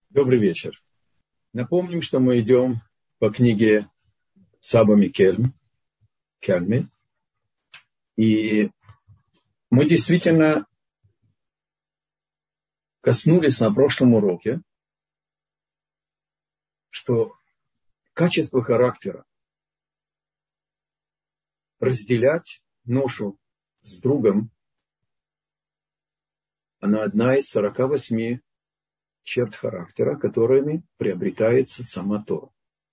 Добрый вечер. Напомним, что мы идем по книге Саба Кельми. И мы действительно коснулись на прошлом уроке, что качество характера разделять ношу с другом, она одна из 48 черт характера, которыми приобретается сама Тора.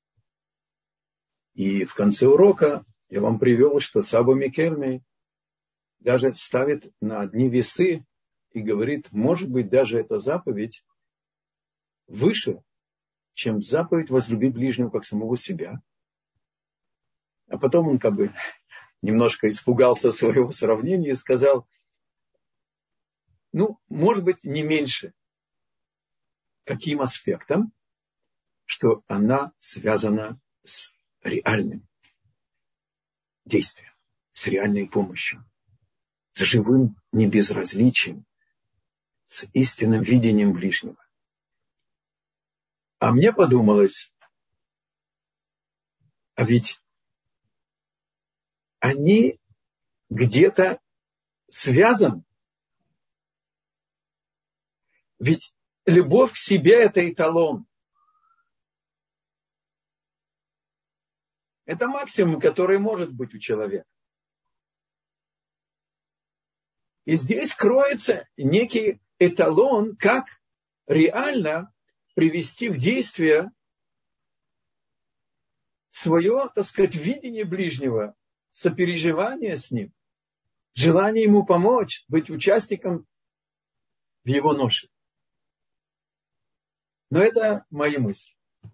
И в конце урока я вам привел, что Саба Кельми даже ставит на одни весы и говорит, может быть, даже эта заповедь выше, чем заповедь возлюби ближнего как самого себя. А потом он немножко испугался своего сравнения и сказал, может быть, не меньше. Каким аспектом? Что она связана с реальным действием, с реальной помощью, с живым небезразличием, с истинным видением ближнего. А мне подумалось, а ведь они где-то связаны. Ведь любовь к себе – это эталон. Это максимум, который может быть у человека. И здесь кроется некий эталон, как реально привести в действие свое, видение ближнего, сопереживание с ним, желание ему помочь, быть участником в его ноше. Но это мои мысли.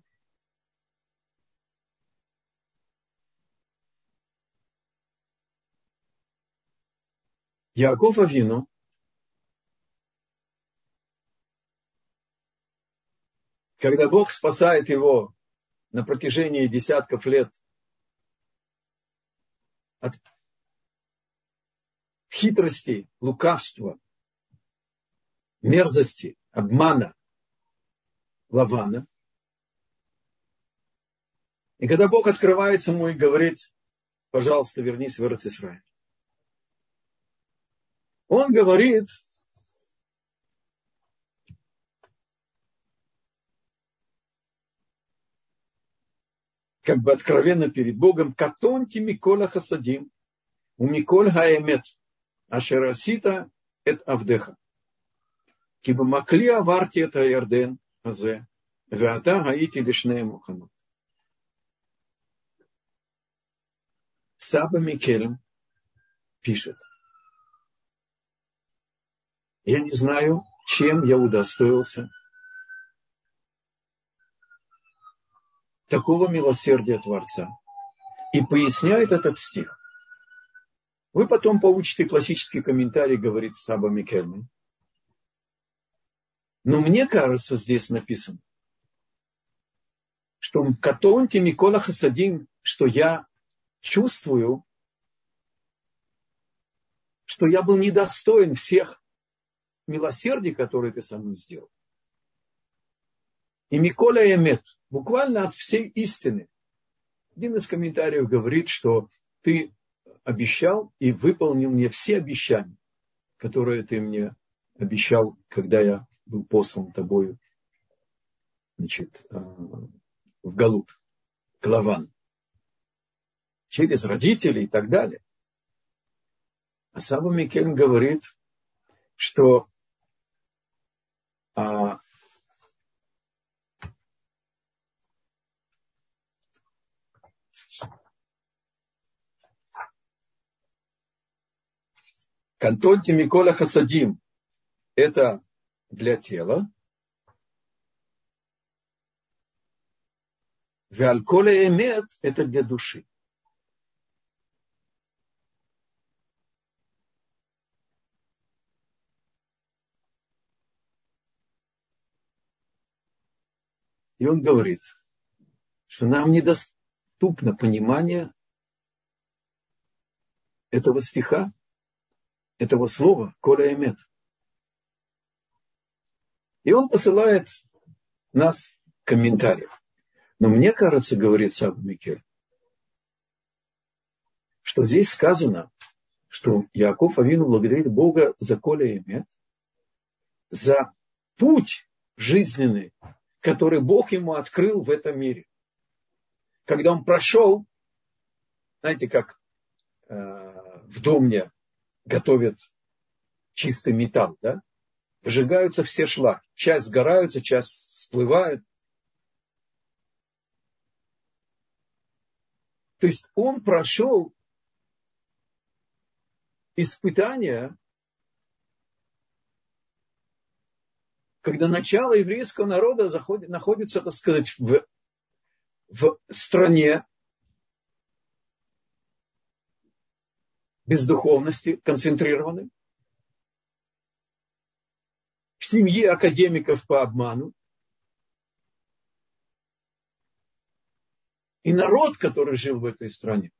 Яаков Авину когда Бог спасает его на протяжении десятков лет от хитрости, лукавства, мерзости, обмана Лавана. И когда Бог открывается ему и говорит, пожалуйста, вернись в Эрец-Исраэль. Он говорит, откровенно перед Богом, катонти микола хасадим, у миколь хаэмет, ашер асита эт авдеха. Киба макли аварти это ярден азе, веата гаити лишней муханот. Саба Кельми пишет, я не знаю, чем я удостоился такого милосердия Творца. И поясняет этот стих. Вы потом получите классический комментарий, говорит Саба Кельми. Но мне кажется, здесь написано, что катонти микола хасадим, что я чувствую, что я был недостоин всех милосердий, которые ты со мной сделал. И микола эмет, буквально от всей истины. Один из комментариев говорит, что ты обещал и выполнил мне все обещания, которые ты мне обещал, когда я был послан тобою, в Галут, к Лавану, через родителей и так далее. А Саба Кельми говорит, что кантонти микола хасадим – это для тела, веальколя эмет – это для души. И он говорит, что нам недоступно понимание этого стиха, этого слова, коля эмет. И он посылает у нас комментариев. Но мне кажется, говорит Саба Микель, что здесь сказано, что Яаков Авину благодарит Бога за Коля Эмет, за путь жизненный, который Бог ему открыл в этом мире. Когда он прошел, знаете, как в доме готовят чистый металл, да? Выжигаются все шлаки. Часть сгораются, часть всплывают. То есть он прошел испытания, когда начало еврейского народа находится, так сказать, в стране без духовности, концентрированной, в семье академиков по обману. И народ, который жил в этой стране,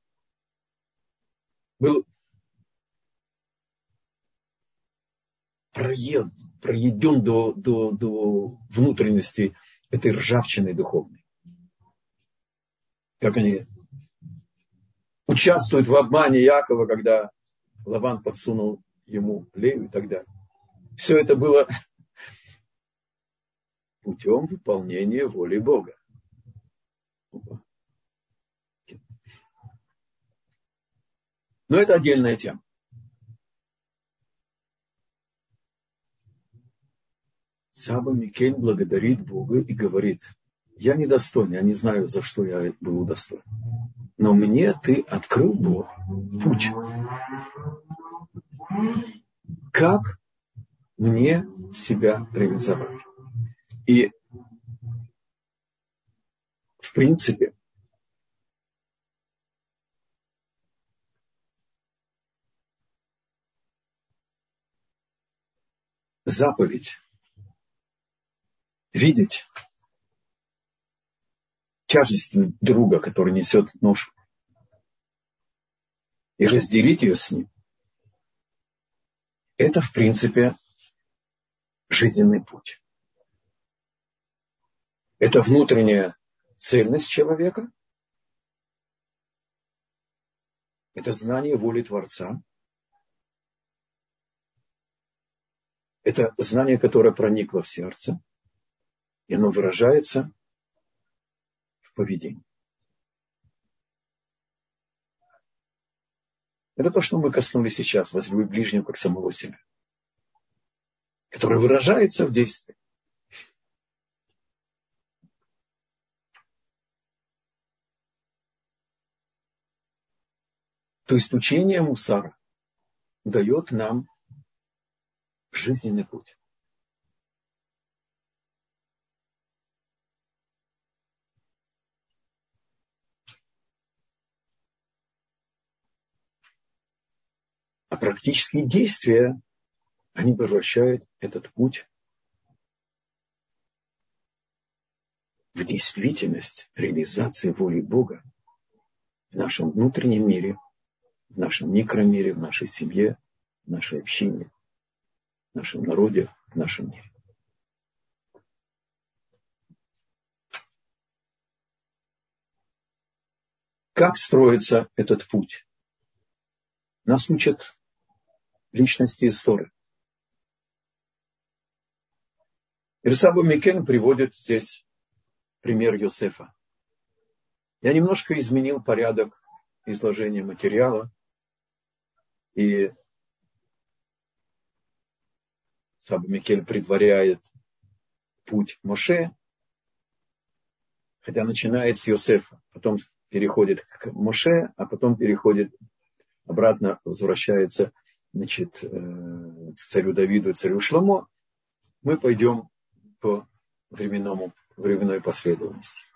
был проеден до внутренности этой ржавчины духовной. Как они участвуют в обмане Якова, когда Лаван подсунул ему Лею и так далее. Все это было путем выполнения воли Бога. Но это отдельная тема. Саба Микель благодарит Бога и говорит: я недостоин, я не знаю, за что я был удостоен. Но мне ты открыл, Бог, путь. Как мне себя реализовать? И в принципе заповедь видеть тяжесть друга, который несет ношу, и разделить ее с ним, это в принципе жизненный путь. Это внутренняя цельность человека, это знание воли Творца, это знание, которое проникло в сердце, и оно выражается в поведении. Это то, что мы коснулись сейчас, возлюби ближнего как самого себя, которое выражается в действии. То есть учение Мусара дает нам жизненный путь. А практические действия, они превращают этот путь в действительность реализации воли Бога в нашем внутреннем мире, в нашем микромире, в нашей семье, в нашей общине, в нашем народе, в нашем мире. Как строится этот путь? Нас учат личности истории. Рисаба Микен приводит здесь пример Йосефа. Я немножко изменил порядок изложения материала, и Саба Микель предваряет путь Моше, хотя начинает с Йосефа, потом переходит к Моше, а потом переходит обратно, возвращается, значит, к царю Давиду и царю Шломо. Мы пойдем по временной последовательности.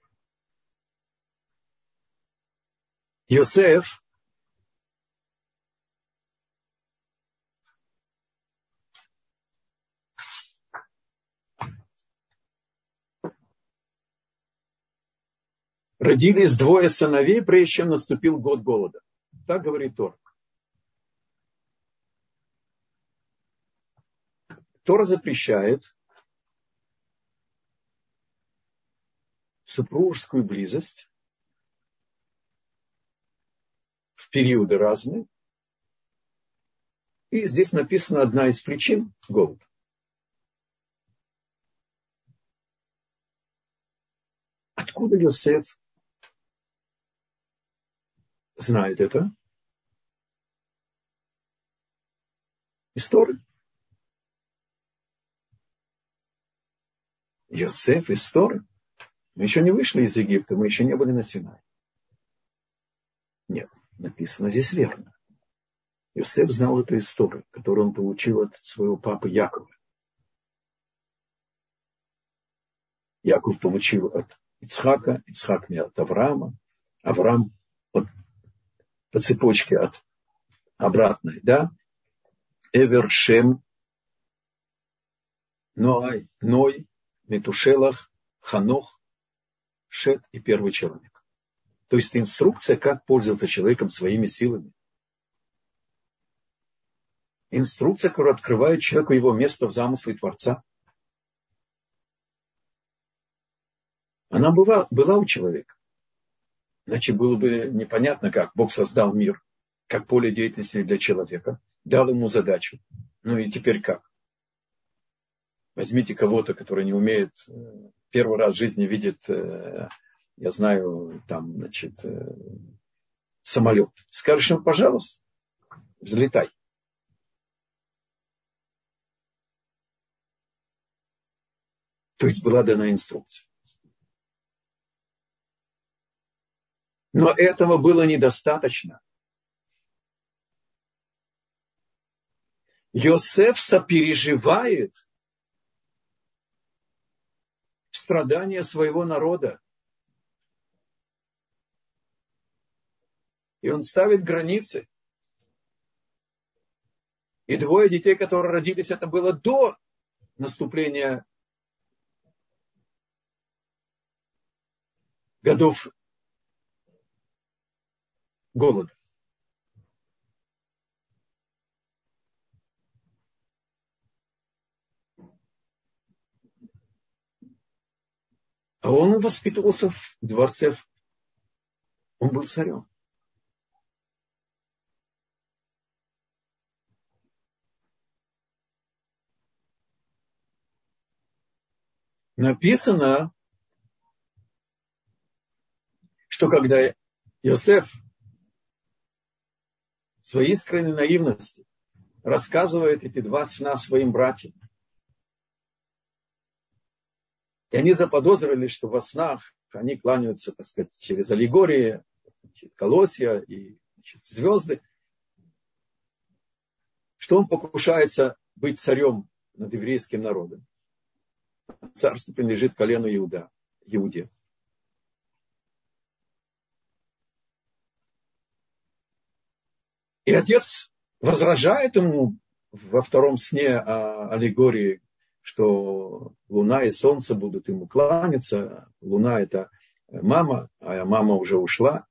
Йосеф родились двое сыновей, прежде чем наступил год голода. Так говорит Тора. Тора запрещает супружескую близость в периоды разные. И здесь написана одна из причин – голод. Откуда Йосеф знает это? Из Торы. Йосеф из Торы. Мы еще не вышли из Египта, мы еще не были на Синае. Нет, написано здесь верно. Йосеф знал эту историю, которую он получил от своего папы Якова. Яков получил от Ицхака, Ицхак от Авраама, Авраам по цепочке от обратной, да? Эвер, Шем, Ной, Метушелах, Ханох, Шет и первый человек. То есть инструкция, как пользоваться человеком своими силами. Инструкция, которая открывает человеку его место в замысле Творца. Она была у человека. Иначе было бы непонятно, как Бог создал мир, как поле деятельности для человека, дал ему задачу. Ну и теперь как? Возьмите кого-то, который не умеет, первый раз в жизни видит, я знаю, там, значит, самолет. Скажешь ему, пожалуйста, взлетай. То есть была дана инструкция. Но этого было недостаточно. Йосеф сопереживает страдания своего народа. И он ставит границы. И двое детей, которые родились, это было до наступления годов голода. А он воспитывался в дворце. Он был царем. Написано, что когда Йосеф в своей искренней наивности рассказывает эти два сна своим братьям, и они заподозрили, что во снах они кланяются, так сказать, через аллегории, колосья и звезды, что он покушается быть царем над еврейским народом. Царство принадлежит колену Иуде. И отец возражает ему во втором сне о аллегории, что луна и солнце будут ему кланяться. Луна – это мама, а мама уже ушла.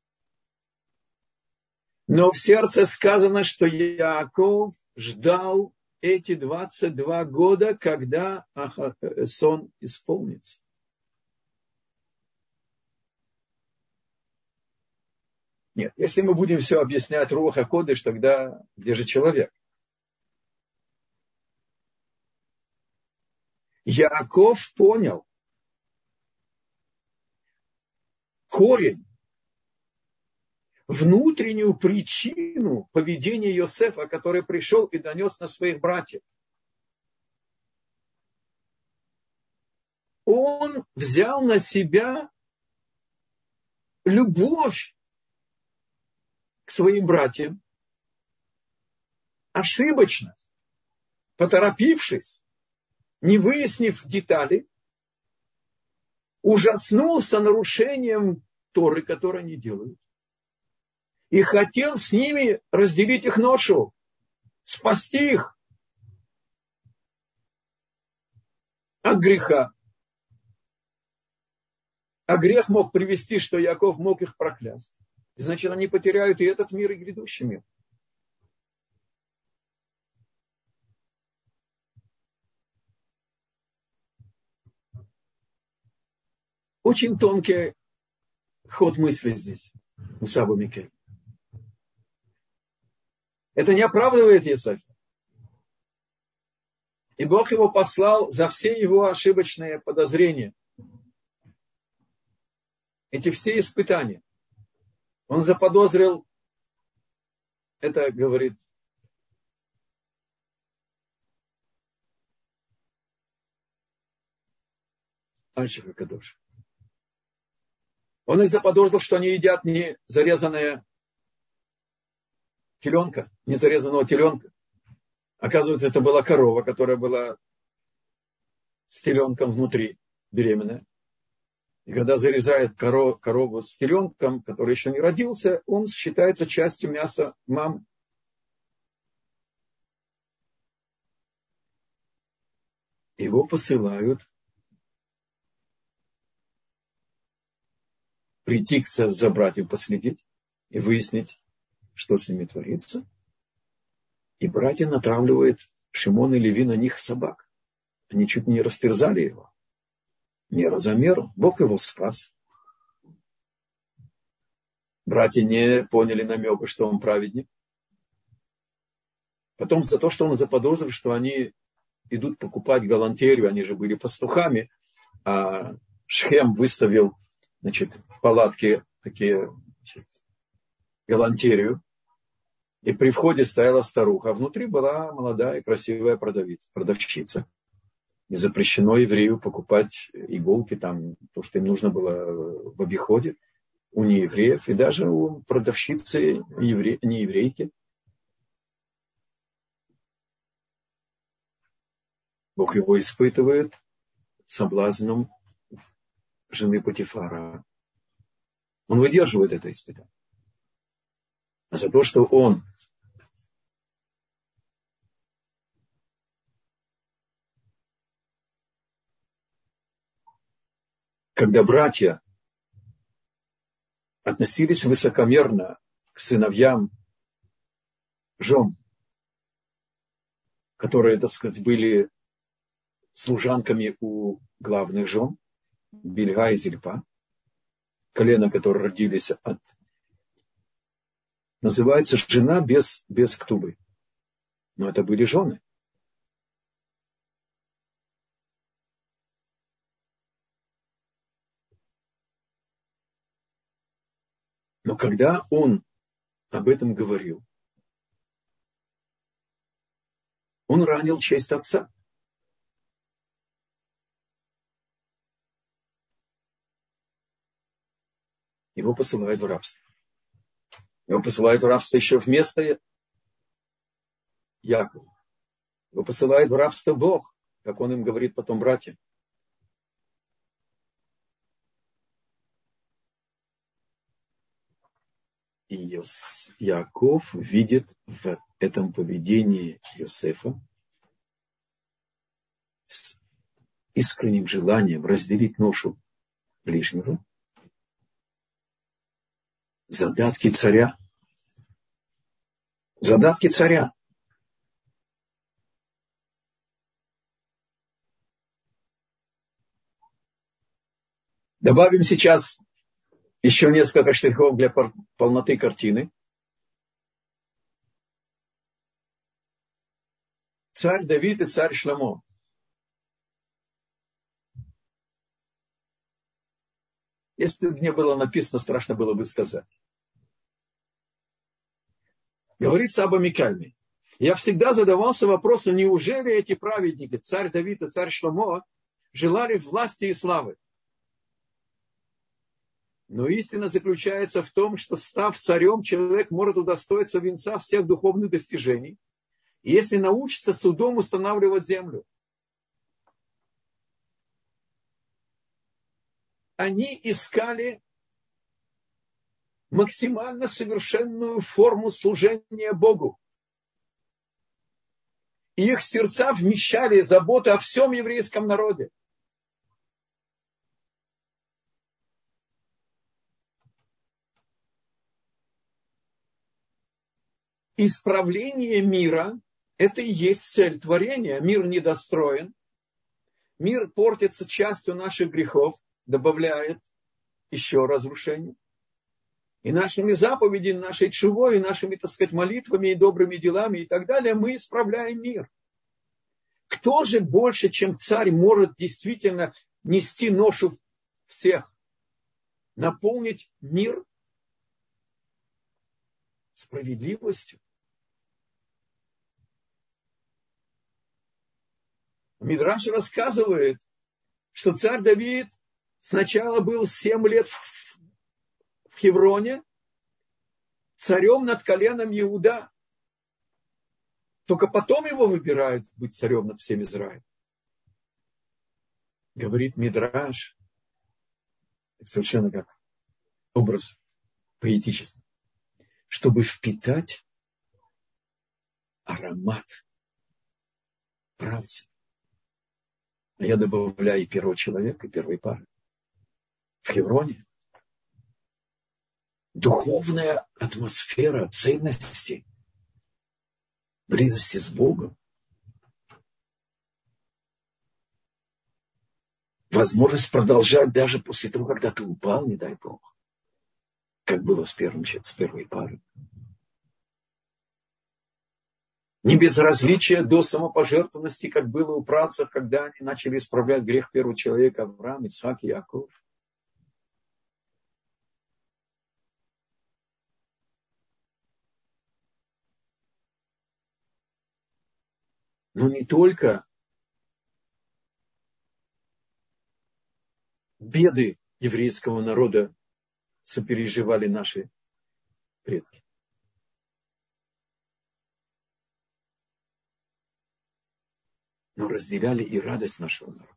Но в сердце сказано, что Яаков ждал эти 22 года, когда сон исполнится. Нет, если мы будем все объяснять Руах ха-Кодеш, тогда где же человек? Яаков понял корень, внутреннюю причину поведения Йосефа, который пришел и донес на своих братьев. Он взял на себя любовь к своим братьям, ошибочно, поторопившись, не выяснив детали, ужаснулся нарушением Торы, которые они делают, и хотел с ними разделить их ношу, спасти их от греха. А грех мог привести, что Яков мог их проклясть. Значит, они потеряют и этот мир, и грядущий мир. Очень тонкий ход мысли здесь у Саба Микель. Это не оправдывает Исаака. И Бог его послал за все его ошибочные подозрения. Эти все испытания. Он заподозрил, это говорит Альших Акадош. Он их заподозрил, что они едят не зарезанное теленка, не зарезанного теленка. Оказывается, это была корова, которая была с теленком внутри, беременная. И когда зарезает корову с теленком, который еще не родился, он считается частью мяса мамы. Его посылают прийти за братьев последить и выяснить, что с ними творится. И братья натравливают Шимон и Леви на них собак. Они чуть не растерзали его. Мера за меру. Бог его спас. Братья не поняли намека, что он праведник. Потом за то, что он заподозрил, что они идут покупать галантерию, они же были пастухами, а Шхем выставил, палатки такие, галантерию. И при входе стояла старуха, а внутри была молодая красивая продавщица. И запрещено еврею покупать иголки, там, то, что им нужно было в обиходе, у неевреев, и даже у продавщицы нееврейки. Бог его испытывает соблазном жены Потифара. Он выдерживает это испытание. А за то, что он когда братья относились высокомерно к сыновьям жен, которые, так сказать, были служанками у главных жен, Бильга и Зильпа, колено, которые родились от... Называется жена без ктубы. Но это были жены. Но когда он об этом говорил, он ранил честь отца. Его посылают в рабство. Его посылают в рабство еще вместо Якова. Его посылает в рабство Бог, как он им говорит потом братьям. И Яков видит в этом поведении Йосефа с искренним желанием разделить ношу ближнего задатки царя. Задатки царя. Добавим сейчас еще несколько штрихов для полноты картины. Царь Давид и царь Шломо. Если бы не было написано, страшно было бы сказать. Говорит Саба Микальми. Я всегда задавался вопросом, неужели эти праведники, царь Давид и царь Шломо, желали власти и славы? Но истина заключается в том, что, став царем, человек может удостоиться венца всех духовных достижений, если научится судом устанавливать землю. Они искали максимально совершенную форму служения Богу. И их сердца вмещали заботу о всем еврейском народе. Исправление мира – это и есть цель творения. Мир недостроен. Мир портится частью наших грехов. добавляет еще разрушение. И нашими заповедями, нашей тшувой, и нашими, так сказать, молитвами и добрыми делами и так далее мы исправляем мир. Кто же больше, чем царь, может действительно нести ношу всех? Наполнить мир справедливостью. Мидраш рассказывает, что царь Давид сначала был 7 лет в Хевроне, царем над коленом Иуда. Только потом его выбирают быть царем над всем Израилем. Говорит Мидраш, совершенно как образ поэтический, чтобы впитать аромат правды. А я добавляю и первого человека, и первой пары. В Хевроне духовная атмосфера ценностей, близости с Богом, возможность продолжать даже после того, когда ты упал, не дай Бог, как было с первой парой. Не безразличие до самопожертвованности, как было у працев, когда они начали исправлять грех первого человека Авраам, Ицхак и Яков. Но не только беды еврейского народа сопереживали наши предки. Но разделяли и радость нашего народа.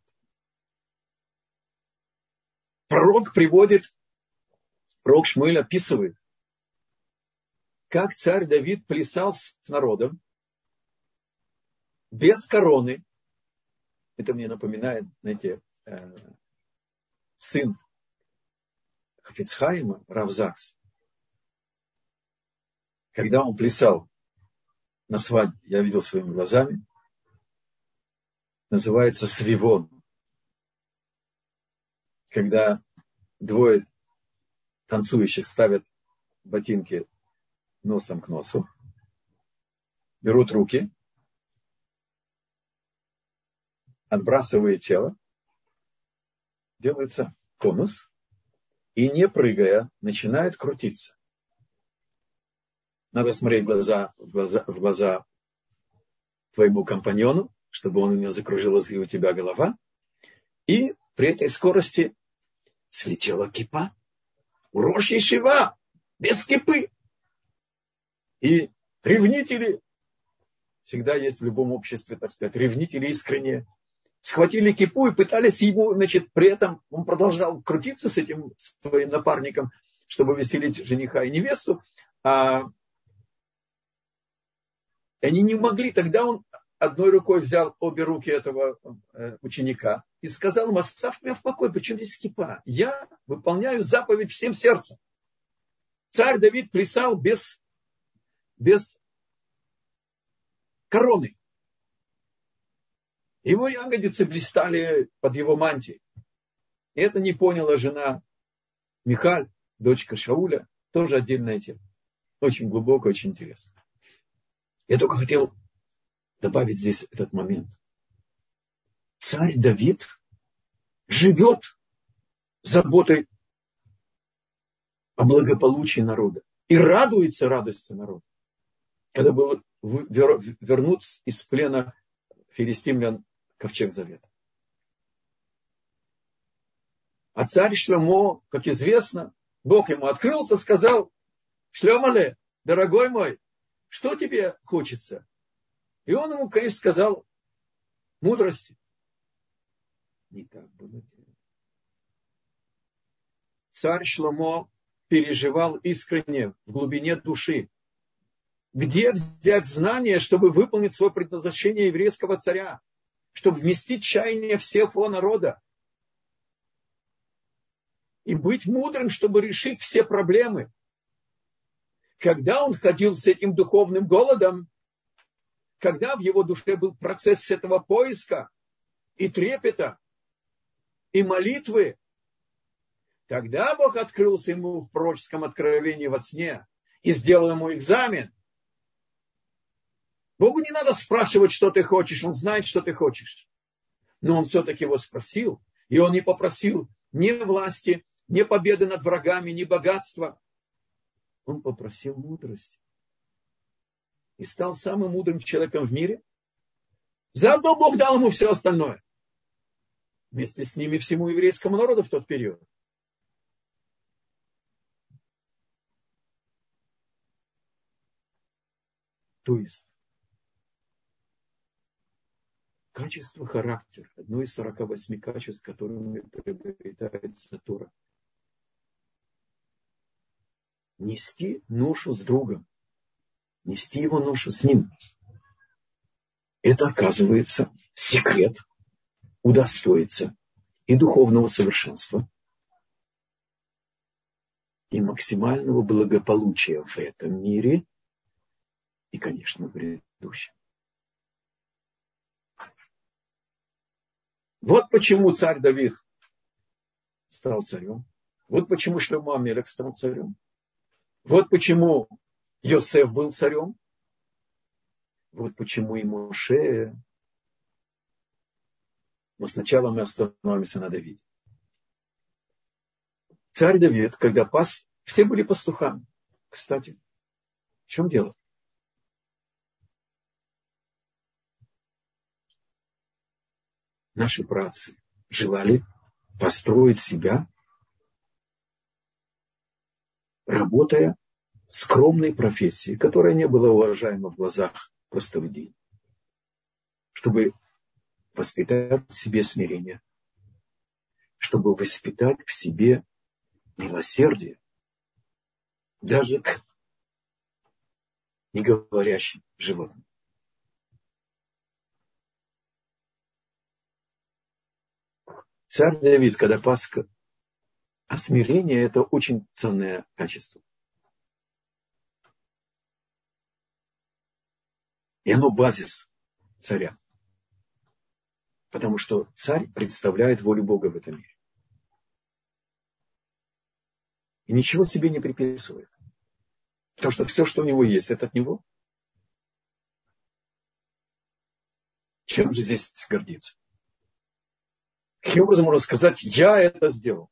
Пророк Шмуэль описывает, как царь Давид плясал с народом без короны. Это мне напоминает, знаете, сын Хафец Хаима, Рав Закс. Когда он плясал на свадьбе, я видел своими глазами, называется свивон. Когда двое танцующих ставят ботинки носом к носу, берут руки, отбрасывая тело, делается конус, и не прыгая, начинает крутиться. Надо смотреть в глаза твоему компаньону, чтобы он у него закружилась и у тебя голова. И при этой скорости слетела кипа. Рош ешива, без кипы. И ревнители, всегда есть в любом обществе, так сказать, ревнители искренние, схватили кипу и пытались ему, значит, при этом он продолжал крутиться с этим своим напарником, чтобы веселить жениха и невесту. Они не могли, тогда он одной рукой взял обе руки этого ученика и сказал ему: оставь меня в покое, почему здесь кипа? Я выполняю заповедь всем сердцем. Царь Давид плясал без короны. Его ягодицы блистали под его мантией. И это не поняла жена Михаль, дочка Шауля, тоже отдельная тема. Очень глубокая, очень интересная. Я только хотел добавить здесь этот момент. Царь Давид живет заботой о благополучии народа и радуется радости народа. Когда был вернут из плена филистимлян ковчег завета. А царь Шломо, как известно, Бог ему открылся, сказал: Шломале, дорогой мой, что тебе хочется? И он ему, конечно, сказал: мудрости. Не так было дело. Царь Шломо переживал искренне в глубине души, где взять знания, чтобы выполнить свое предназначение еврейского царя, чтобы вместить чаяние всего народа и быть мудрым, чтобы решить все проблемы. Когда он ходил с этим духовным голодом, когда в его душе был процесс этого поиска и трепета, и молитвы, Тогда Бог открылся ему в пророческом откровении во сне и сделал ему экзамен. Богу не надо спрашивать, что ты хочешь, он знает, что ты хочешь. Но он все-таки его спросил, и он не попросил ни власти, ни победы над врагами, ни богатства. Он попросил мудрости. И стал самым мудрым человеком в мире. Заодно Бог дал ему все остальное. Вместе с ними всему еврейскому народу в тот период. То есть, качество характера, одно из 48 качеств, которыми приобретается Тора. Нести ношу с другом, нести его ношу с ним. Это, оказывается, секрет удостоиться и духовного совершенства, и максимального благополучия в этом мире, и, конечно, в грядущем. Вот почему царь Давид стал царем. Вот почему Шломо ха-Мелех стал царем. Вот почему Йосеф был царем. Вот почему и Моше. Но сначала мы остановимся на Давиде. Царь Давид, когда пас, все были пастухами. Кстати, в чем дело? Наши праотцы желали построить себя, работая в скромной профессии, которая не была уважаема в глазах простых людей, чтобы воспитать в себе смирение, чтобы воспитать в себе милосердие, даже к неговорящим животным. Царь Давид, когда пас, а смирение – это очень ценное качество. И оно базис царя. Потому что царь представляет волю Бога в этом мире. И ничего себе не приписывает. Потому что все, что у него есть, это от него. Чем же здесь гордиться? Каким образом можно сказать, я это сделал?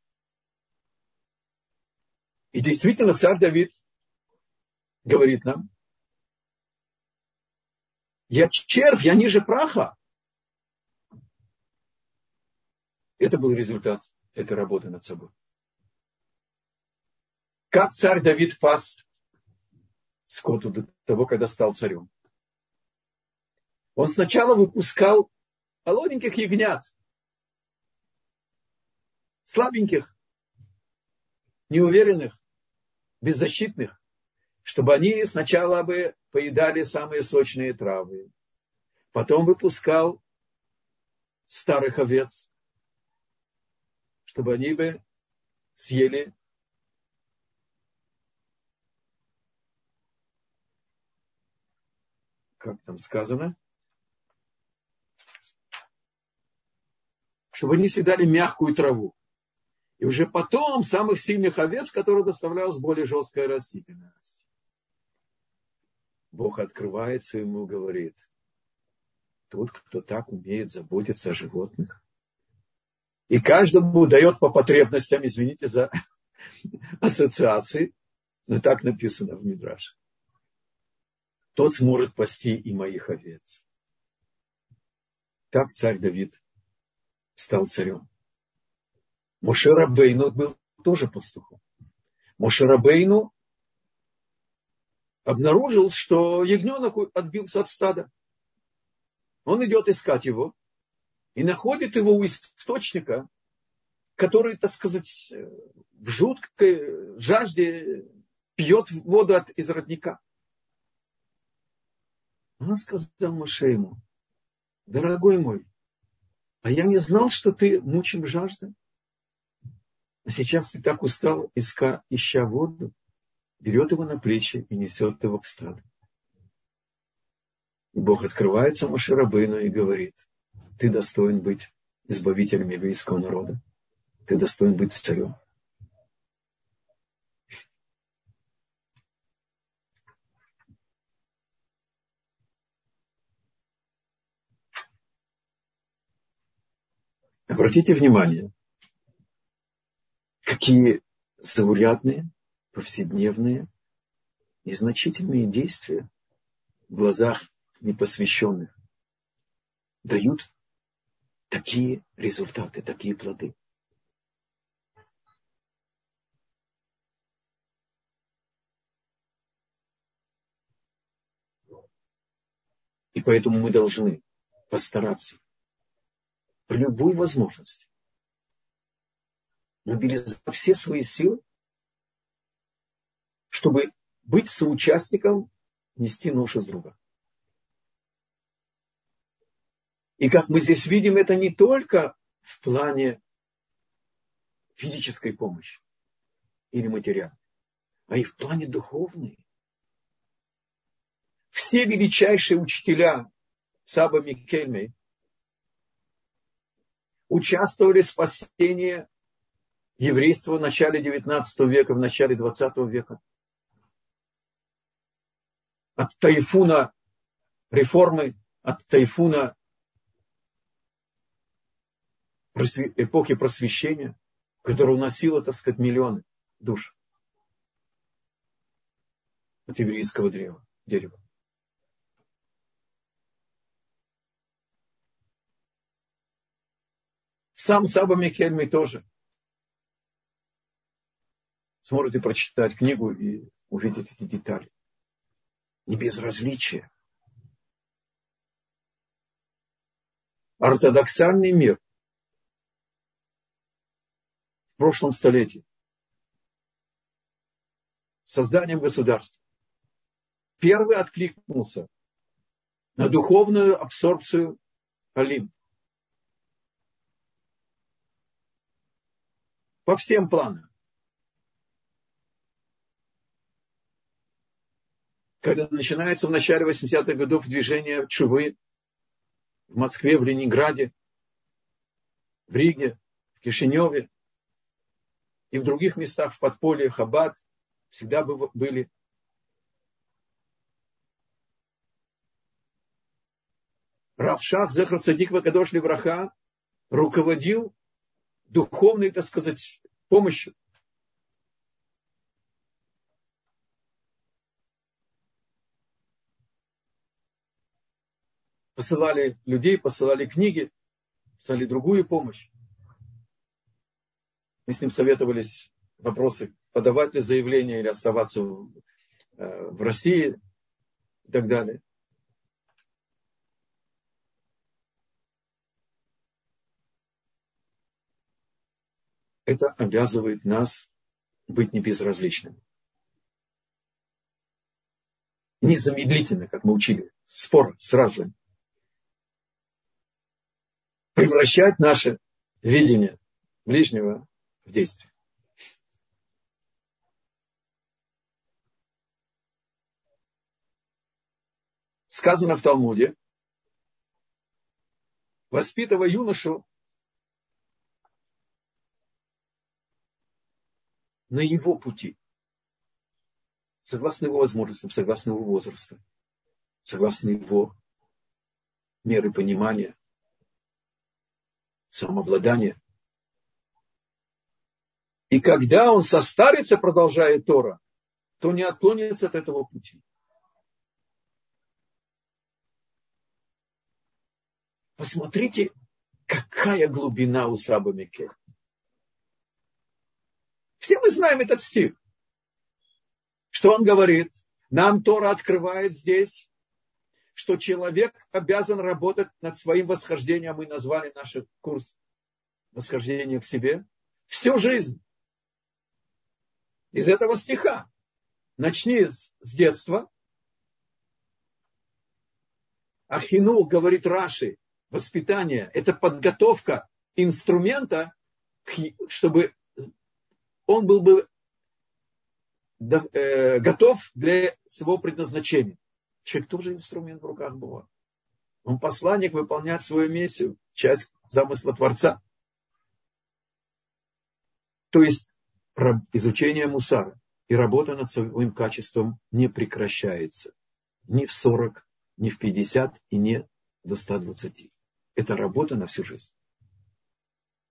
И действительно царь Давид говорит нам, я червь, я ниже праха. Это был результат этой работы над собой. Как царь Давид пас скоту до того, когда стал царем? Он сначала выпускал молоденьких ягнят, слабеньких, неуверенных, беззащитных, чтобы они сначала бы поедали самые сочные травы. Потом выпускал старых овец, чтобы они бы съели как там сказано, чтобы они съедали мягкую траву. И уже потом самых сильных овец, которые доставлялась более жесткая растительность. Бог открывается ему и говорит, тот, кто так умеет заботиться о животных, и каждому дает по потребностям, извините за ассоциации, но так написано в Мидраше, тот сможет пасти и моих овец. Так царь Давид стал царем. Моше Рабейну был тоже пастухом. Моше Рабейну обнаружил, что ягненок отбился от стада. Он идет искать его и находит его у источника, который, так сказать, в жуткой жажде пьет воду из родника. Он сказал Моше ему, дорогой мой, а я не знал, что ты мучим жаждой. А сейчас ты так устал, ища воду, берет его на плечи и несет его к стаду. И Бог открывается Моше Рабейну и говорит, ты достоин быть избавителем еврейского народа, ты достоин быть царем. Обратите внимание, какие заурядные, повседневные, незначительные действия в глазах непосвященных дают такие результаты, такие плоды. И поэтому мы должны постараться при любой возможности мобилизовать все свои силы, чтобы быть соучастником, нести нож из друга. И как мы здесь видим, это не только в плане физической помощи или материальной, а и в плане духовной. Все величайшие учителя Саба Микельмей участвовали в спасении еврейства в начале XIX века, в начале XX века. От тайфуна реформы, от тайфуна эпохи просвещения, которая уносила, так сказать, миллионы душ от еврейского дерева. Сам Саба Микельмей тоже. Сможете прочитать книгу и увидеть эти детали. Не безразличие. Ортодоксальный мир в прошлом столетии созданием государства первый откликнулся на духовную абсорбцию Олимпа. По всем планам. Когда начинается в начале 80-х годов движение Чувы в Москве, в Ленинграде, в Риге, в Кишиневе и в других местах, в подполье, Хаббат, всегда были. Рав Шах, Зехер Цадик Вакадош Левраха, руководил духовной, так сказать, помощью. Посылали людей, посылали книги, посылали другую помощь. Мы с ним советовались вопросы, подавать ли заявление или оставаться в России и так далее. Это обязывает нас быть небезразличными. Незамедлительно, как мы учили, спор сразу же. Превращать наше видение ближнего в действие. Сказано в Талмуде, воспитывая юношу на его пути, согласно его возможностям, согласно его возрасту, согласно его меры понимания, самообладания. И когда он состарится, продолжая Тора, то не отклонится от этого пути. Посмотрите, какая глубина у Саба Микельмей. Все мы знаем этот стих. Что он говорит? Нам Тора открывает здесь, что человек обязан работать над своим восхождением. Мы назвали наш курс «Восхождение к себе» всю жизнь. Из этого стиха. Начни с детства. Ахинух, говорит Раши, воспитание – это подготовка инструмента, чтобы он был бы готов для своего предназначения. Человек тоже инструмент в руках Бога. Он посланник, выполняет свою миссию, часть замысла Творца. То есть изучение мусара и работа над своим качеством не прекращается. Ни в 40, ни в 50 и не до 120. Это работа на всю жизнь.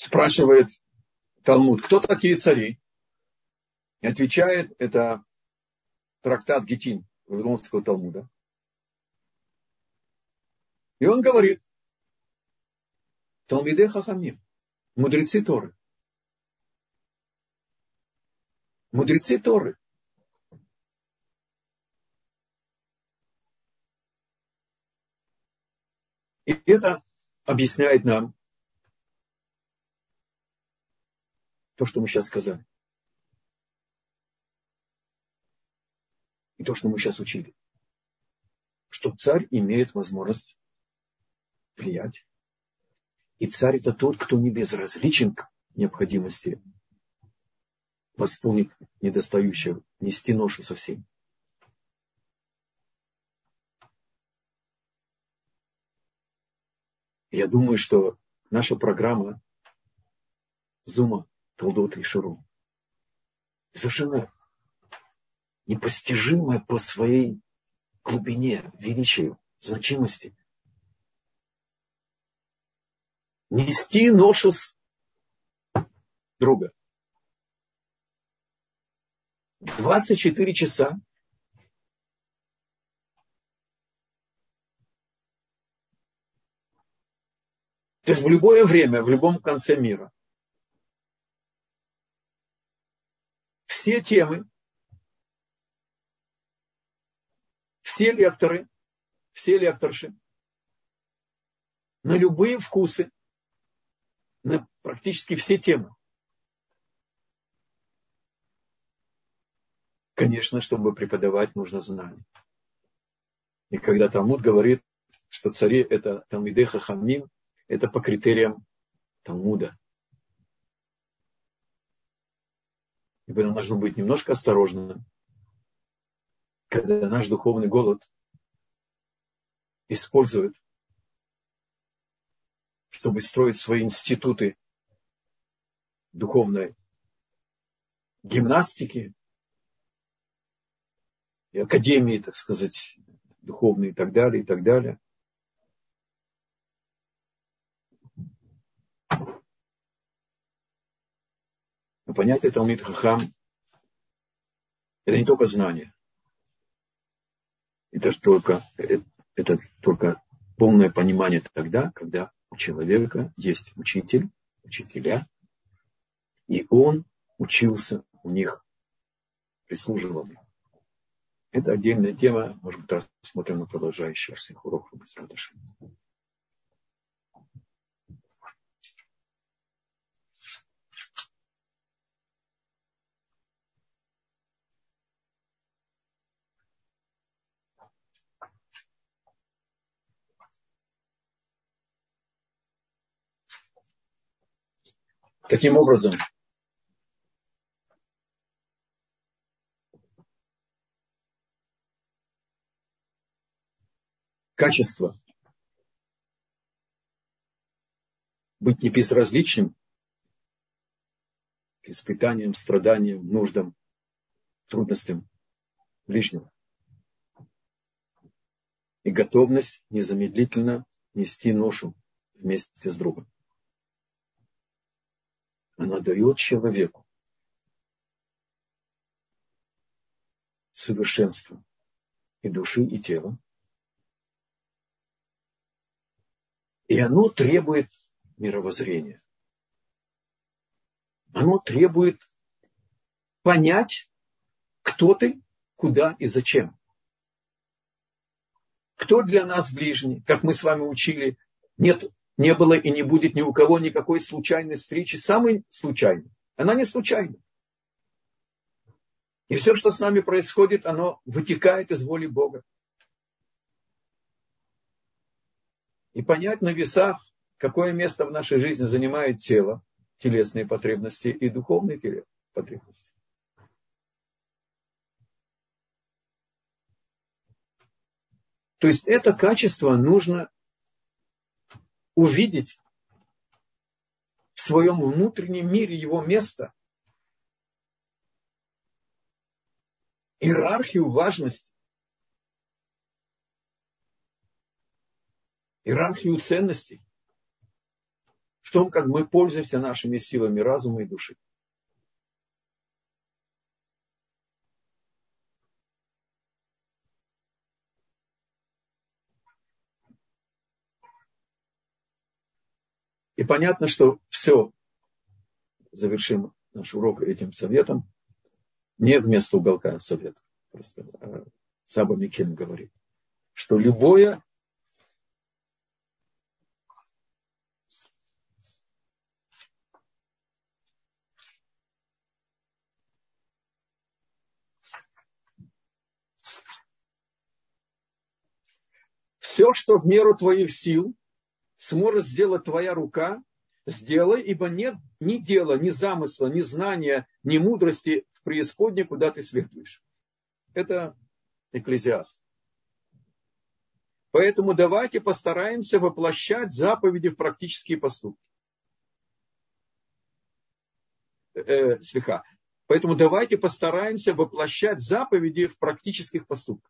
Спрашивает Талмуд, кто такие цари? И отвечает, это трактат Гитин Вавилонского Талмуда. И он говорит, Талмидей Хахамим, мудрецы Торы. Мудрецы Торы. И это объясняет нам то, что мы сейчас сказали. И то, что мы сейчас учили. Что царь имеет возможность влиять. И царь это тот, кто не безразличен к необходимости восполнить недостающее, нести ношу со всем. Я думаю, что наша программа Зума, Толдот и Ширу совершенно непостижимая по своей глубине, величию, значимости. Нести ношу с друга. 24 часа. То есть в любое время, в любом конце мира. Все темы, все лекторы, все лекторши, на любые вкусы, на практически все темы. Конечно, чтобы преподавать, нужно знание. И когда Талмуд говорит, что цари это Талмидей Хахамим, это по критериям Талмуда. И поэтому нужно быть немножко осторожным, когда наш духовный голод использует, чтобы строить свои институты духовной гимнастики и академии, так сказать, духовные и так далее, и так далее. Но понятие Талмид Хахам – это не только знание. Это только полное понимание тогда, когда у человека есть учитель, учителя, и он учился у них, прислуживал им. Это отдельная тема. Может быть, рассмотрим на продолжающих всех уроках. Таким образом, качество быть не безразличным к испытаниям, страданиям, нуждам, трудностям ближнего. И готовность незамедлительно нести ношу вместе с другом. Она дает человеку совершенство и души, и тела. И оно требует мировоззрения. Оно требует понять, кто ты, куда и зачем. Кто для нас ближний? Как мы с вами учили, не было и не будет ни у кого никакой случайной встречи. Самой случайной. Она не случайна. И все, что с нами происходит, оно вытекает из воли Бога. И понять на весах, какое место в нашей жизни занимает тело, телесные потребности и духовные потребности. То есть это качество нужно увидеть в своем внутреннем мире, его место, иерархию важности, иерархию ценностей, в том, как мы пользуемся нашими силами разума и души. И понятно, что все, завершим наш урок этим советом, не вместо уголка совета. Просто Саба Микельм говорит, что любое все, что в меру твоих сил сможет сделать твоя рука, сделай, ибо нет ни дела, ни замысла, ни знания, ни мудрости в преисподней, куда ты следуешь. Это Экклезиаст. Поэтому давайте постараемся воплощать заповеди в практические поступки. Поэтому давайте постараемся воплощать заповеди в практических поступках.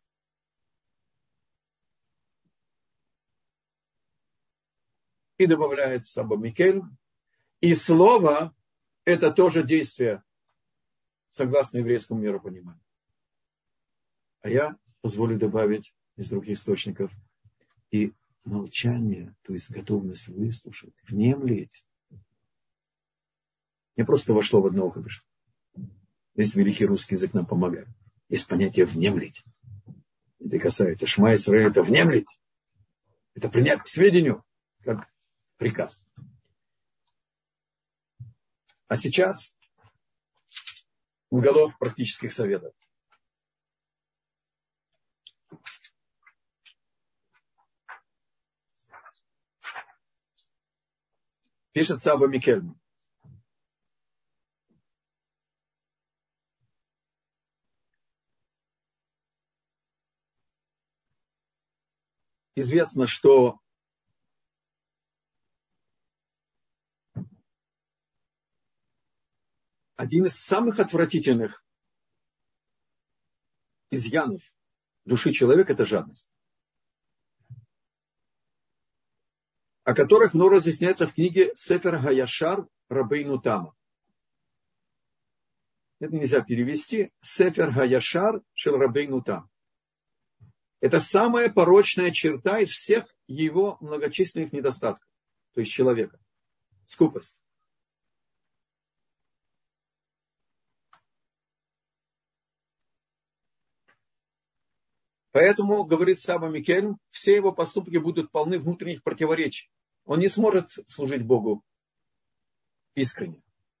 И добавляет Саба Микельм. И слово – это тоже действие, согласно еврейскому миропониманию. А я позволю добавить из других источников и молчание, то есть готовность выслушать, внемлить. Не просто вошло в одно ухо, вышло. Здесь великий русский язык нам помогает. Есть понятие внемлить. Это касается Шма Исраэль, это внемлить. Это принять к сведению, как приказ. А сейчас уголок практических советов. Пишет Саба Микельм. Известно, что один из самых отвратительных изъянов души человека – это жадность, о которых много разъясняется в книге Сефер Хаяшар Рабейну Тама. Это нельзя перевести. Сефер Хаяшар Шел Рабейну Тама. Это самая порочная черта из всех его многочисленных недостатков, то есть человека. Скупость. Поэтому, говорит Саба Микельм, все его поступки будут полны внутренних противоречий. Он не сможет служить Богу искренне.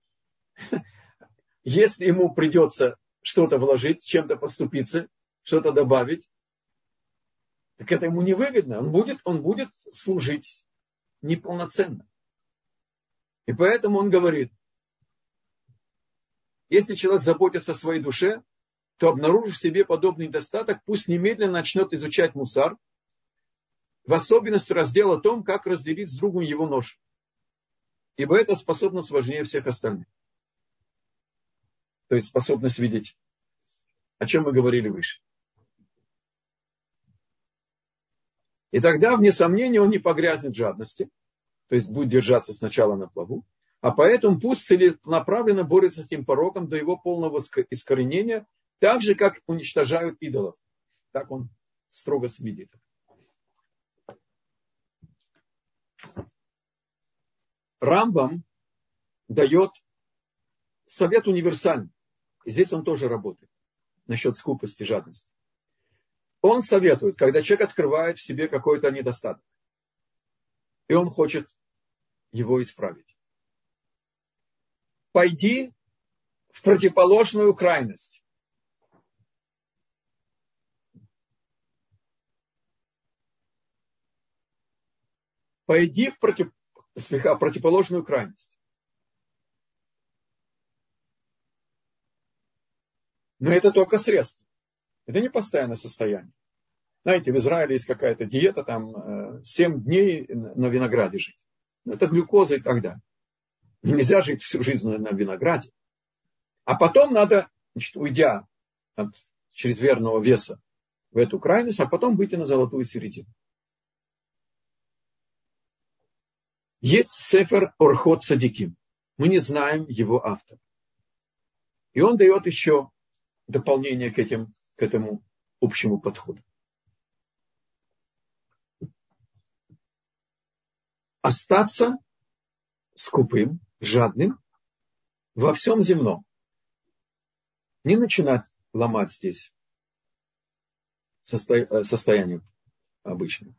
Если ему придется что-то вложить, чем-то поступиться, что-то добавить, так это ему невыгодно. Он будет служить неполноценно. И поэтому он говорит, если человек заботится о своей душе, то, обнаружив в себе подобный недостаток, пусть немедленно начнет изучать мусар, в особенности раздел о том, как разделить с другом его нож. Ибо эта способность важнее всех остальных. То есть способность видеть, о чем мы говорили выше. И тогда, вне сомнения, он не погрязнет в жадности, то есть будет держаться сначала на плаву, а поэтому пусть целенаправленно борется с этим пороком до его полного искоренения, так же, как уничтожают идолов. Так он строго свидит. Рамбам дает совет универсальный. И здесь он тоже работает. Насчет скупости, жадности. Он советует, когда человек открывает в себе какой-то недостаток. И он хочет его исправить. Пойди в противоположную крайность. Пойди в противоположную крайность. Но это только средство. Это не постоянное состояние. Знаете, в Израиле есть какая-то диета, там 7 дней на винограде жить. Это глюкоза и так далее. Нельзя жить всю жизнь на винограде. А потом надо, значит, уйдя от чрезмерного веса в эту крайность, а потом выйти на золотую середину. Есть Сефер Орхот Садиким. Мы не знаем его автора. И он дает еще дополнение к этому общему подходу. Остаться скупым, жадным во всем земном. Не начинать ломать здесь состояние обычное.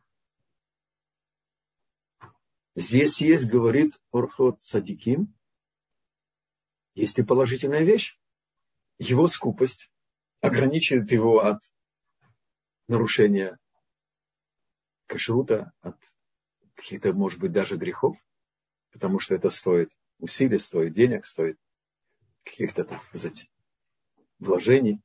Здесь есть, говорит Орхот Садиким, есть и положительная вещь. Его скупость ограничивает его от нарушения кашрута, от каких-то, может быть, даже грехов, потому что это стоит усилий, стоит денег, стоит каких-то, так сказать, вложений.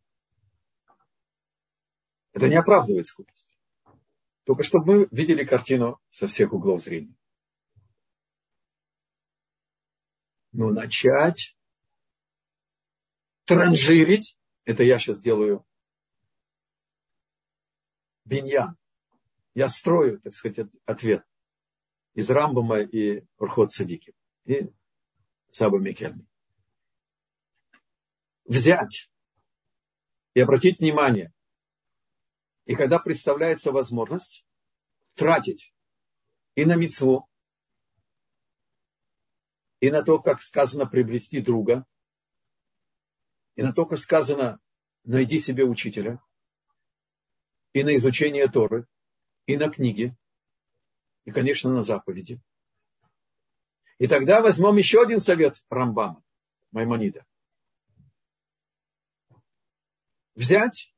Это не оправдывает скупость. Только чтобы мы видели картину со всех углов зрения. Но начать транжирить, это я сейчас делаю биньян. Я строю, так сказать, ответ из Рамбама и Орхот Садики и Саба Микельми. Взять и обратить внимание, и когда представляется возможность, тратить и на мицву, и на то, как сказано, приобрести друга, и на то, как сказано, найди себе учителя, и на изучение Торы, и на книги, и, конечно, на заповеди. И тогда возьмем еще один совет Рамбама, Маймонида. Взять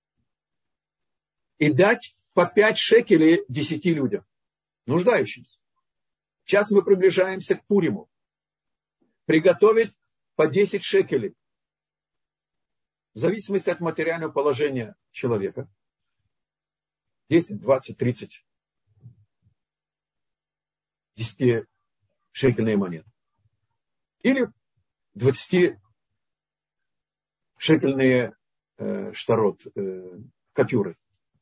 и дать по 5 шекелей 10 людям, нуждающимся. Сейчас мы приближаемся к Пуриму. Приготовить по 10 шекелей. В зависимости от материального положения человека. 10, 20, 30. 10-шекельные монеты. Или 20-шекельные штарот, купюры.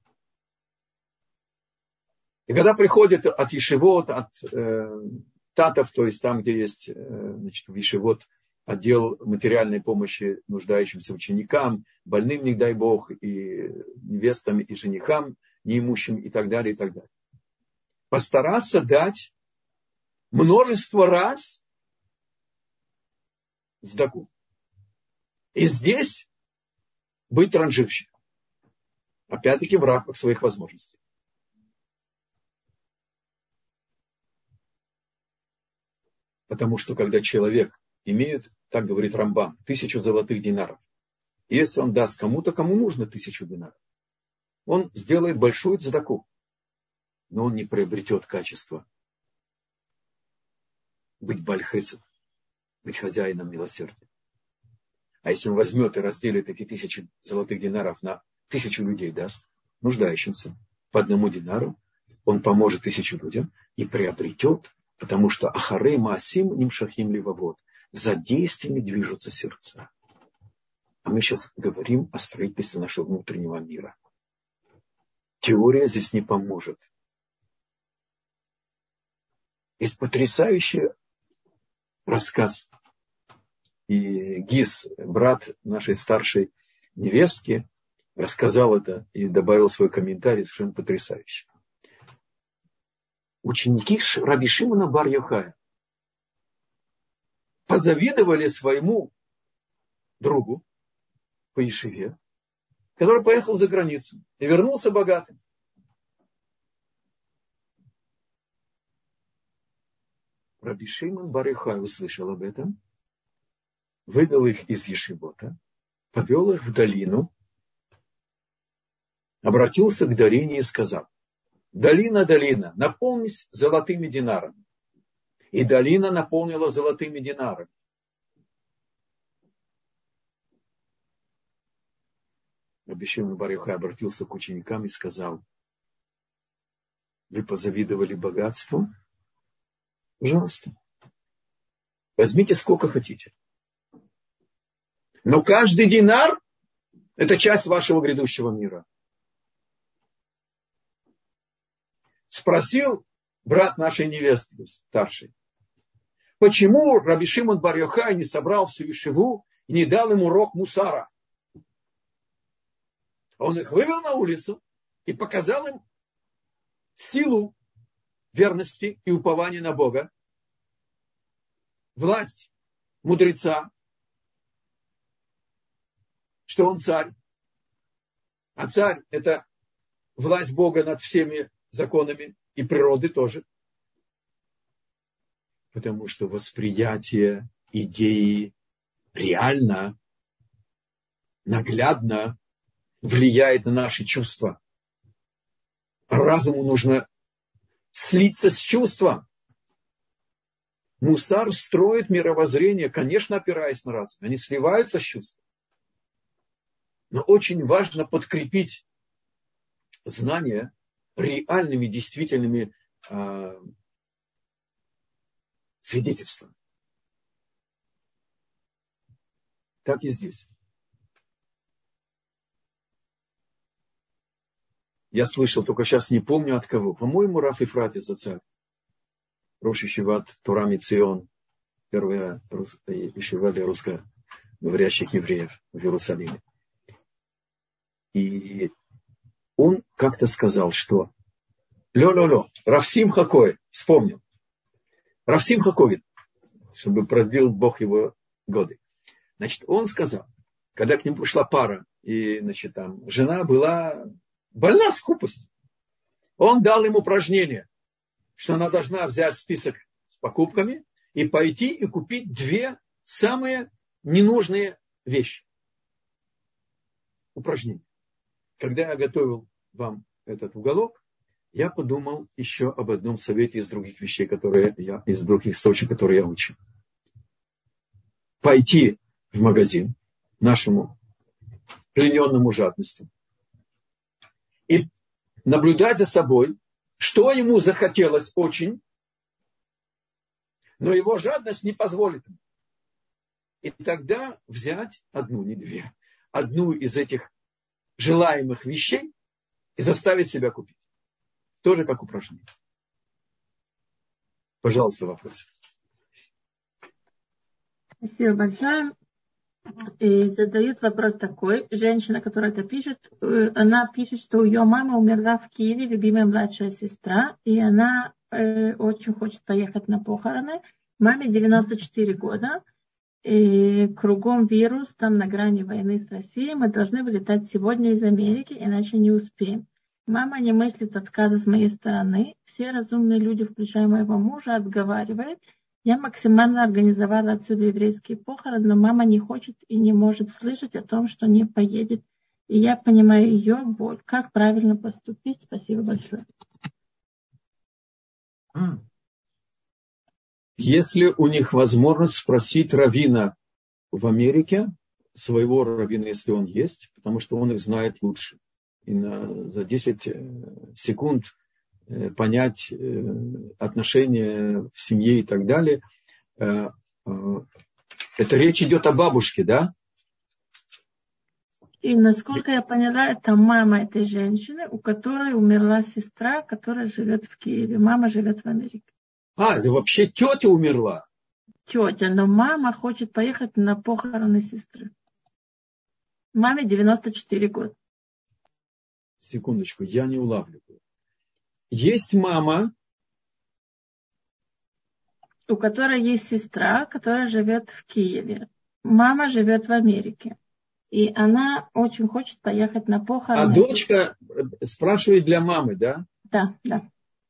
И когда приходят от ешивот, от татов, то есть там, где есть значит, в ешивот отдел материальной помощи нуждающимся ученикам, больным, не дай Бог, и невестам, и женихам, неимущим, и так далее, и так далее. Постараться дать множество раз цдаку. И здесь быть транжирщиком. Опять-таки в рамках своих возможностей. Потому что когда человек имеет, так говорит Рамбам, 1000 золотых динаров, если он даст кому-то, кому нужно 1000 динаров, он сделает большую цдаку, но он не приобретет качество быть бальхесом, быть хозяином милосердия. А если он возьмет и разделит эти 1000 золотых динаров на 1000 людей, даст, нуждающимся, по 1 динару, он поможет 1000 людям и приобретет, потому что ахарей маасим нимшахим ливавот, за действиями движутся сердца. А мы сейчас говорим о строительстве нашего внутреннего мира. Теория здесь не поможет. Есть потрясающий рассказ. И Гиз, брат нашей старшей невестки, рассказал это и добавил свой комментарий, совершенно потрясающий. Ученики Раби Шимона бар Йохая позавидовали своему другу по ешиве, который поехал за границу и вернулся богатым. Раби Шимон бар Йохай услышал об этом, вывел их из ешибота, повел их в долину, обратился к долине и сказал: долина, долина, наполнись золотыми динарами. И долина наполнила золотыми динарами. Раби Шимон бар Йохай обратился к ученикам и сказал: вы позавидовали богатству? Пожалуйста. Возьмите сколько хотите. Но каждый динар – это часть вашего грядущего мира. Спросил брат нашей невесты старший. Почему Раби Шимон бар Йохай не собрал всю ешиву и не дал им урок мусара? Он их вывел на улицу и показал им силу верности и упования на Бога, власть мудреца, что он царь. А царь – это власть Бога над всеми законами и природы тоже. Потому что восприятие идеи реально, наглядно влияет на наши чувства. Разуму нужно слиться с чувством. Мусар строит мировоззрение, конечно, опираясь на разум. Они сливаются с чувством. Но очень важно подкрепить знания реальными, действительными свидетельствами. Так и здесь. Я слышал, только сейчас не помню от кого. По-моему, Раф Ефратис Зацаль. Рош Ешиват Тора Мицион. Первая ешива для русскоговорящих евреев в Иерусалиме. И он как-то сказал, что Рав Симха Коэн, вспомнил. Рав Симха Коэн, чтобы продлил Бог его годы. Значит, он сказал, когда к нему пришла пара, и, значит, там жена была больна скупостью, он дал им упражнение, что она должна взять список с покупками и пойти и купить 2 самые ненужные вещи. Упражнение. Когда я готовил вам этот уголок, я подумал еще об одном совете из других вещей, из других источников, которые я учил. Пойти в магазин нашему плененному жадностью и наблюдать за собой, что ему захотелось очень, но его жадность не позволит ему. И тогда взять одну, не 2, одну из этих желаемых вещей и заставить себя купить. Тоже как упражнение. Пожалуйста, вопрос. Спасибо большое. И задают вопрос такой. Женщина, которая это пишет, она пишет, что ее мама умерла в Киеве, любимая младшая сестра, и она очень хочет поехать на похороны. Маме 94 года. И кругом вирус, там на грани войны с Россией. Мы должны вылетать сегодня из Америки, иначе не успеем. Мама не мыслит отказа с моей стороны. Все разумные люди, включая моего мужа, отговаривают. Я максимально организовала отсюда еврейские похороны, но мама не хочет и не может слышать о том, что не поедет. И я понимаю ее боль. Как правильно поступить? Спасибо большое. Если у них возможность спросить раввина в Америке, своего раввина, если он есть, потому что он их знает лучше. И за 10 секунд понять отношения в семье и так далее. Это речь идет о бабушке, да? И насколько я поняла, это мама этой женщины, у которой умерла сестра, которая живет в Киеве. Мама живет в Америке. Это вообще тетя умерла? Тетя, но мама хочет поехать на похороны сестры. Маме 94 года. Секундочку, я не улавливаю. Есть мама, у которой есть сестра, которая живет в Киеве. Мама живет в Америке. И она очень хочет поехать на похороны. А дочка спрашивает для мамы, да? Да, да.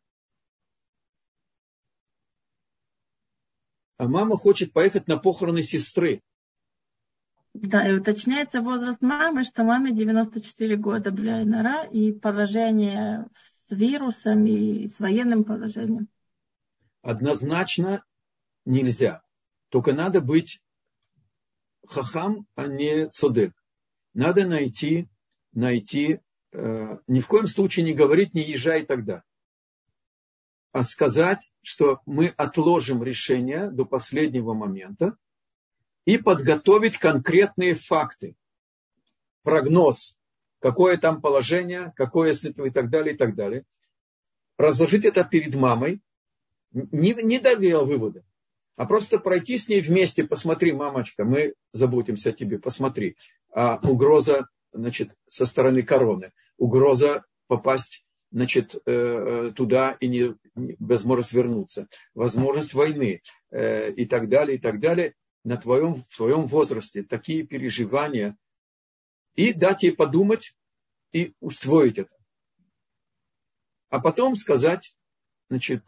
А мама хочет поехать на похороны сестры. Да, и уточняется возраст мамы, что маме 94 года, бля-нара, и положение с вирусом и с военным положением. Однозначно нельзя. Только надо быть хахам, а не цодек. Надо найти, ни в коем случае не говорить, не езжай тогда. А сказать, что мы отложим решение до последнего момента и подготовить конкретные факты. Прогноз, какое там положение, какое и так далее, и так далее. разложить это перед мамой, не делая вывода, а просто пройти с ней вместе, посмотри, мамочка, мы заботимся о тебе, посмотри. А угроза, значит, со стороны короны, угроза попасть, значит, туда и возможность вернуться, возможность войны и так далее, в твоем возрасте, такие переживания, и дать ей подумать и усвоить это. А потом сказать, значит,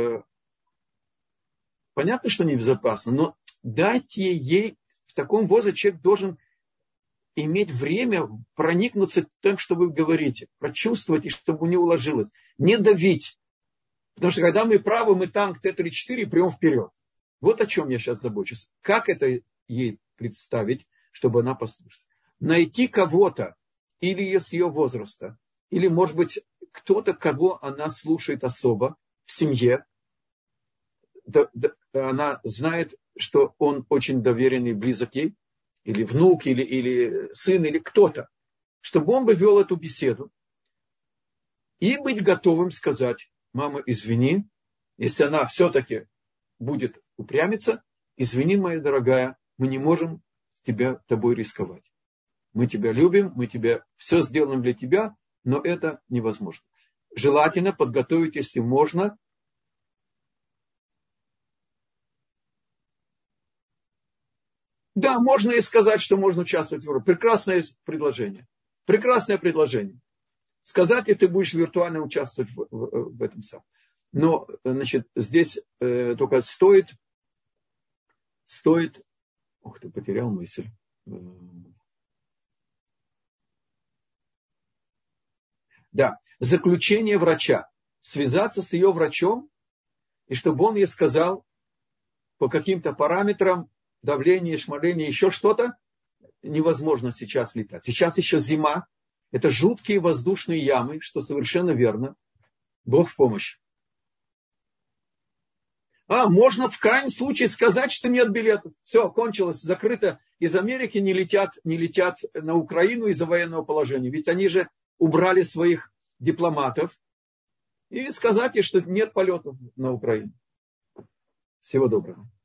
понятно, что небезопасно, но дайте ей, в таком возрасте человек должен иметь время проникнуться тем, что вы говорите, прочувствовать, и чтобы не уложилось. Не давить. Потому что когда мы правы, мы танк Т-34 прям вперед. Вот о чем я сейчас забочусь. Как это ей представить, чтобы она послушалась? Найти кого-то, или с ее возраста, или, может быть, кто-то, кого она слушает особо в семье. Она знает, что он очень доверенный, близок ей, или внук, или сын, или кто-то, чтобы он бы вел эту беседу и быть готовым сказать: мама, извини, если она все-таки будет упрямиться, извини, моя дорогая, мы не можем тобой рисковать. Мы тебя любим, мы все сделаем для тебя, но это невозможно. Желательно подготовить, если можно, да, можно и сказать, что можно участвовать в Европе. Прекрасное предложение. Прекрасное предложение. Сказать, и ты будешь виртуально участвовать в этом самом. Но, значит, здесь только стоит... Ух ты, потерял мысль. Да, заключение врача. Связаться с ее врачом, и чтобы он ей сказал по каким-то параметрам, давление, шмаление, еще что-то, невозможно сейчас летать. Сейчас еще зима. Это жуткие воздушные ямы, что совершенно верно. Бог в помощь. Можно в крайнем случае сказать, что нет билетов. Все, кончилось, закрыто. Из Америки не летят на Украину из-за военного положения. Ведь они же убрали своих дипломатов. И сказать ей, что нет полетов на Украину. Всего доброго.